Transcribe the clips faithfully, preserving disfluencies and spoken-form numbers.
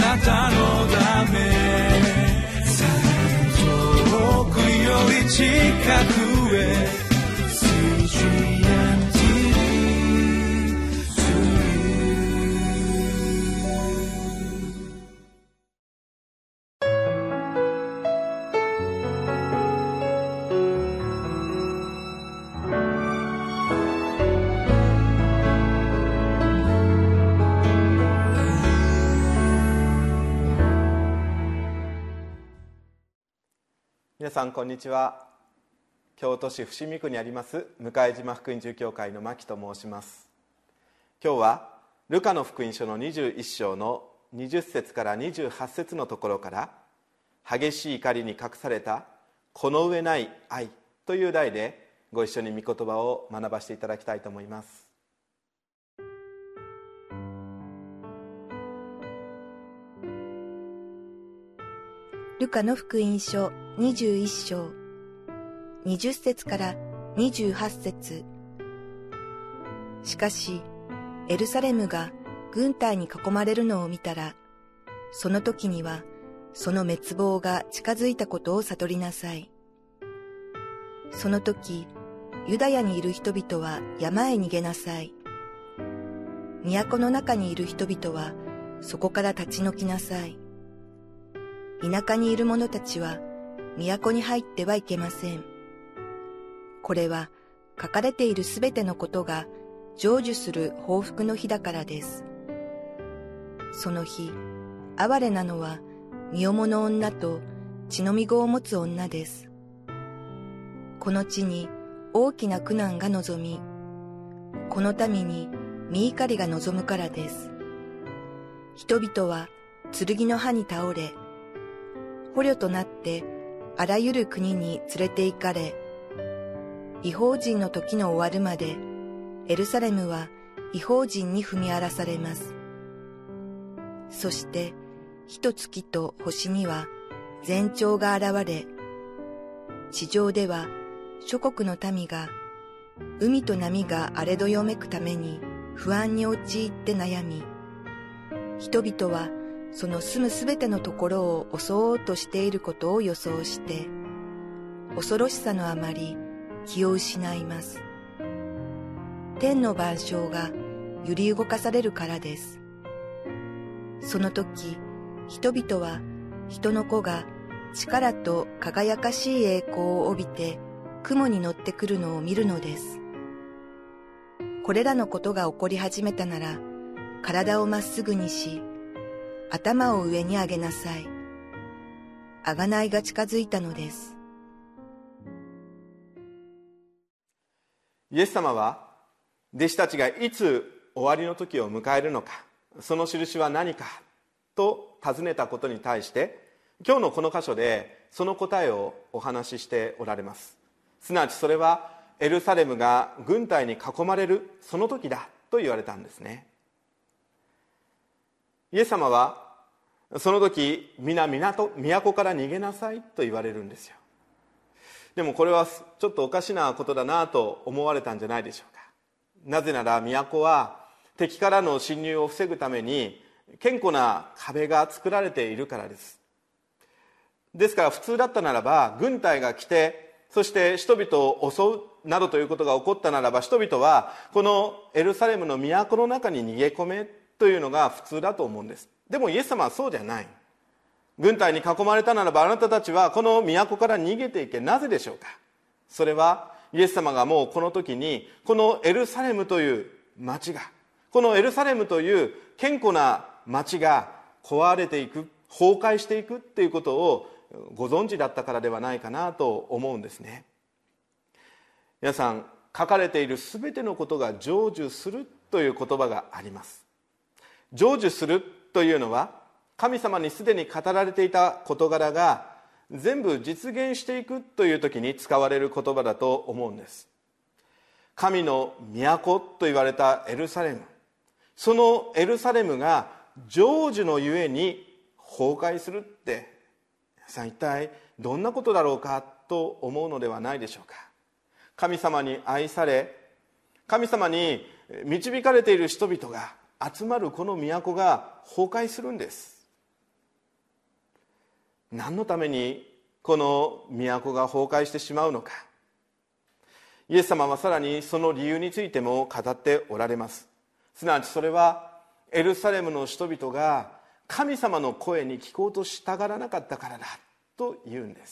なたのため遠くより近くへ皆さんこんにちは。京都市伏見区にあります向島福音住教会の牧と申します。今日はルカの福音書のにじゅういっ章のにじゅっ節からにじゅうはち節のところから、激しい怒りに隠されたこの上ない愛という題でご一緒に御言葉を学ばせていただきたいと思います。 ルカの福音書にじゅういっ章にじゅっ節からにじゅうはち節。しかしエルサレムが軍隊に囲まれるのを見たら、その時にはその滅亡が近づいたことを悟りなさい。その時ユダヤにいる人々は山へ逃げなさい。都の中にいる人々はそこから立ち退きなさい。田舎にいる者たちは都に入ってはいけません。これは書かれているすべてのことが成就する報復の日だからです。その日、哀れなのは身重の女と血のみ子を持つ女です。この地に大きな苦難が望み、この民に身怒りが望むからです。人々は剣の刃に倒れ、捕虜となってあらゆる国に連れて行かれ、異邦人の時の終わるまでエルサレムは異邦人に踏み荒らされます。そしてひと月と星には前兆が現れ、地上では諸国の民が海と波が荒れどよめくために不安に陥って悩み、人々はその住むすべてのところを襲おうとしていることを予想して、恐ろしさのあまり気を失います。天の万象が揺り動かされるからです。その時、人々は人の子が力と輝かしい栄光を帯びて雲に乗ってくるのを見るのです。これらのことが起こり始めたなら、体をまっすぐにし、頭を上に上げなさい。贖いが近づいたのです。 イエス様は弟子たちがいつ終わりの時を迎えるのか、その印は何かと尋ねたことに対して、今日のこの箇所でその答えをお話ししておられます。すなわちそれはエルサレムが軍隊に囲まれるその時だと言われたんですね。イエス様はその時、皆港都から逃げなさいと言われるんですよ。でもこれはちょっとおかしなことだなと思われたんじゃないでしょうか。なぜなら都は敵からの侵入を防ぐために堅固な壁が作られているからです。ですから普通だったならば、軍隊が来てそして人々を襲うなどということが起こったならば、人々はこのエルサレムの都の中に逃げ込めというのが普通だと思うんです。でもイエス様はそうじゃない。軍隊に囲まれたならば、あなたたちはこの都から逃げていけ。なぜでしょうか。それはイエス様がもうこの時にこのエルサレムという町が、このエルサレムという堅固な町が壊れていく、崩壊していくっていうことをご存知だったからではないかなと思うんですね。皆さん、書かれているすべてのことが成就するという言葉があります。成就するというのは、神様にすでに語られていた事柄が全部実現していくという時に使われる言葉だと思うんです。神の都と言われたエルサレム、そのエルサレムが成就のゆえに崩壊するって、皆さん一体どんなことだろうかと思うのではないでしょうか。神様に愛され、神様に導かれている人々が集まるこの都が崩壊するんです。 何のためにこの都が崩壊してしまうのか。イエス様はさらにその理由についても語っておられます。すなわちそれはエルサレムの人々が神様の声に聞こうと従らなかったからだと言うんです。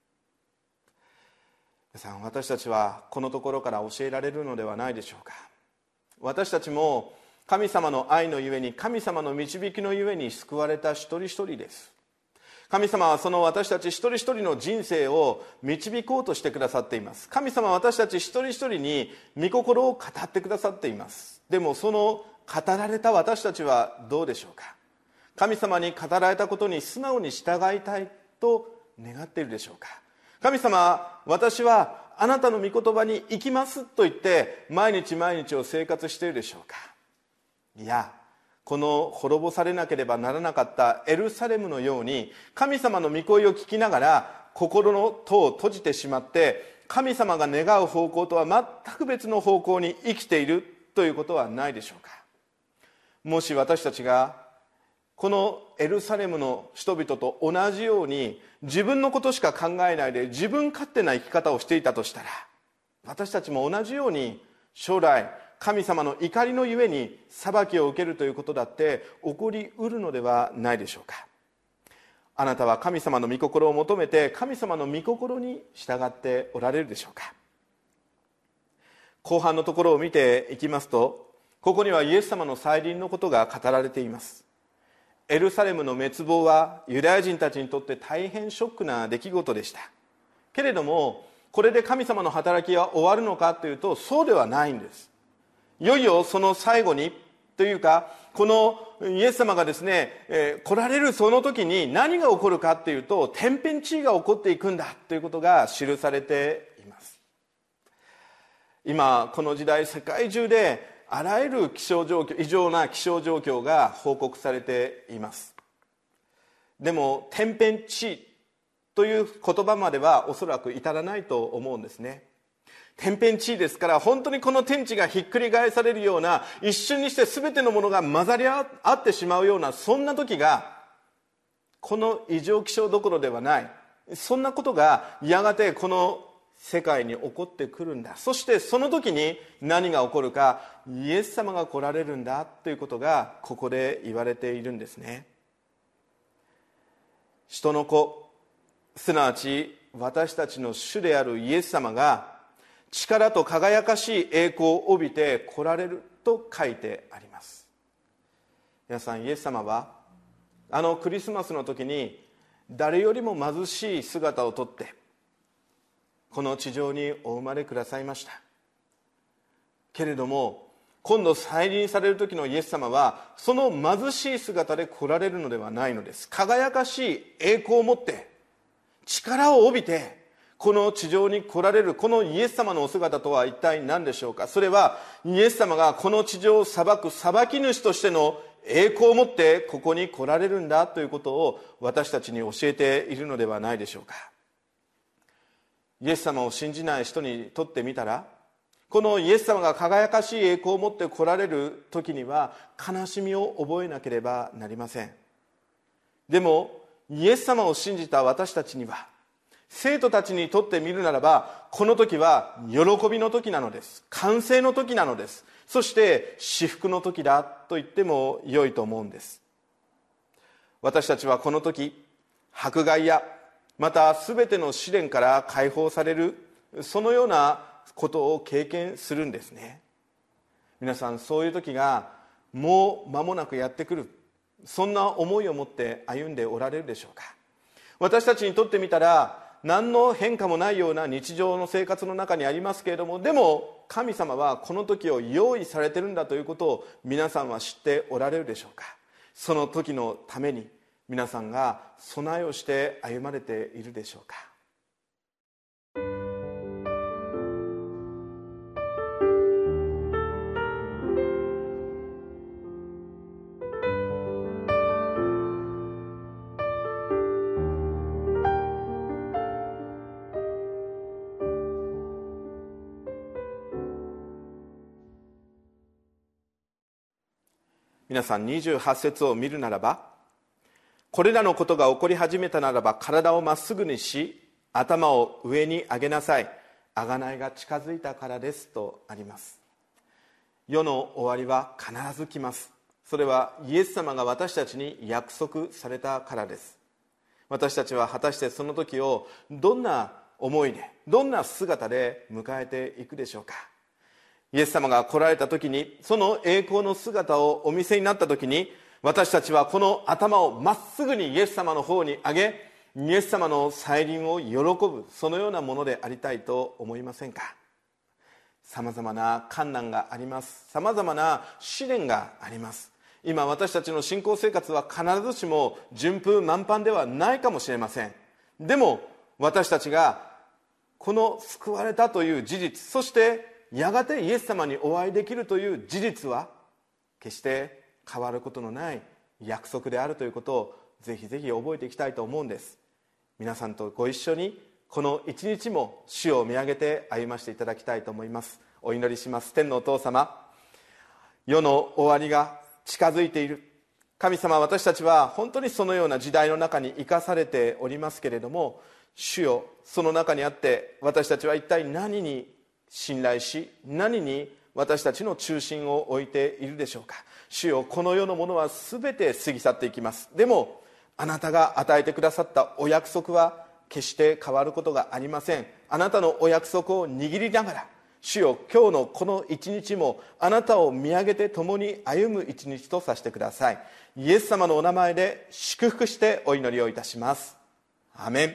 皆さん、私たちはこのところから教えられるのではないでしょうか。私たちも神様の愛のゆえに、神様の導きのゆえに救われた一人一人です。神様はその私たち一人一人の人生を導こうとしてくださっています。神様は私たち一人一人に御心を語ってくださっています。でもその語られた私たちはどうでしょうか。神様に語られたことに素直に従いたいと願っているでしょうか。神様、私はあなたの御言葉に行きますと言って毎日毎日を生活しているでしょうか。いや、この滅ぼされなければならなかったエルサレムのように、神様の御声を聞きながら心の戸を閉じてしまって神様が願う方向とは全く別の方向に生きているということはないでしょうか。もし私たちがこのエルサレムの人々と同じように自分のことしか考えないで自分勝手な生き方をしていたとしたら、私たちも同じように将来神様の怒りのゆえに裁きを受けるということだって起こりうるのではないでしょうか。あなたは神様の御心を求めて神様の御心に従っておられるでしょうか。後半のところを見ていきますと、ここにはイエス様の再臨のことが語られています。エルサレムの滅亡はユダヤ人たちにとって大変ショックな出来事でした。けれどもこれで神様の働きは終わるのかというと、そうではないんです。いよいよその最後にというか、このイエス様がですね、えー、来られるその時に何が起こるかというと、天変地異が起こっていくんだということが記されています。今この時代、世界中であらゆる気象状況、異常な気象状況が報告されています。でも天変地異という言葉まではおそらく至らないと思うんですね。天変地異ですから、本当にこの天地がひっくり返されるような、一瞬にして全てのものが混ざり合ってしまうような、そんな時がこの異常気象どころではない。そんなことがやがてこの世界に起こってくるんだ。そしてその時に何が起こるか、イエス様が来られるんだということがここで言われているんですね。人の子、すなわち私たちの主であるイエス様が力と輝かしい栄光を帯びて来られると書いてあります。皆さん、イエス様はあのクリスマスの時に誰よりも貧しい姿をとってこの地上にお生まれくださいました。けれども今度再臨される時のイエス様はその貧しい姿で来られるのではないのです。輝かしい栄光を持って力を帯びてこの地上に来られるこのイエス様のお姿とは一体何でしょうか。それはイエス様がこの地上を裁く裁き主としての栄光を持ってここに来られるんだということを私たちに教えているのではないでしょうか。イエス様を信じない人にとってみたら、このイエス様が輝かしい栄光を持って来られる時には悲しみを覚えなければなりません。でもイエス様を信じた私たちには、生徒たちにとってみるならばこの時は喜びの時なのです。完成の時なのです。そして至福の時だと言っても良いと思うんです。私たちはこの時迫害やまた全ての試練から解放される、そのようなことを経験するんですね。皆さん、そういう時がもう間もなくやってくる、そんな思いを持って歩んでおられるでしょうか。私たちにとってみたら何の変化もないような日常の生活の中にありますけれども、でも神様はこの時を用意されているんだということを皆さんは知っておられるでしょうか。その時のために皆さんが備えをして歩まれているでしょうか。皆さん、にじゅうはち節を見るならば、 これらのことが起こり始めたならば体をまっすぐにし頭を上に上げなさい、贖いが近づいたからですとあります。世の終わりは必ず来ます。それはイエス様が私たちに約束されたからです。私たちは果たしてその時をどんな思いで、どんな姿で迎えていくでしょうか。イエス様が来られた時に、その栄光の姿をお見せになった時に、私たちはこの頭をまっすぐにイエス様の方に上げ、イエス様の再臨を喜ぶ、そのようなものでありたいと思いませんか。さまざまな困難があります。さまざまな試練があります。今私たちの信仰生活は必ずしも順風満帆ではないかもしれません。でも私たちがこの救われたという事実、そしてやがてイエス様にお会いできるという事実は決して変わることのない約束であるということをぜひぜひ覚えていきたいと思うんです。皆さんとご一緒にこの一日も主を見上げて歩ませていただきたいと思います。お祈りします。天のお父様、世の終わりが近づいている。神様、私たちは本当にそのような時代の中に生かされておりますけれども、主よ、その中にあって私たちは一体何に信頼し、何に私たちの中心を置いているでしょうか。主よ、この世のものは全て過ぎ去っていきます。でもあなたが与えてくださったお約束は決して変わることがありません。あなたのお約束を握りながら、主よ、今日のこの一日もあなたを見上げて共に歩む一日とさせてください。イエス様のお名前で祝福してお祈りをいたします。アメン。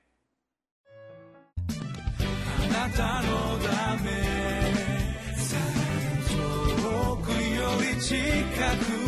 あなたのため遠くより近く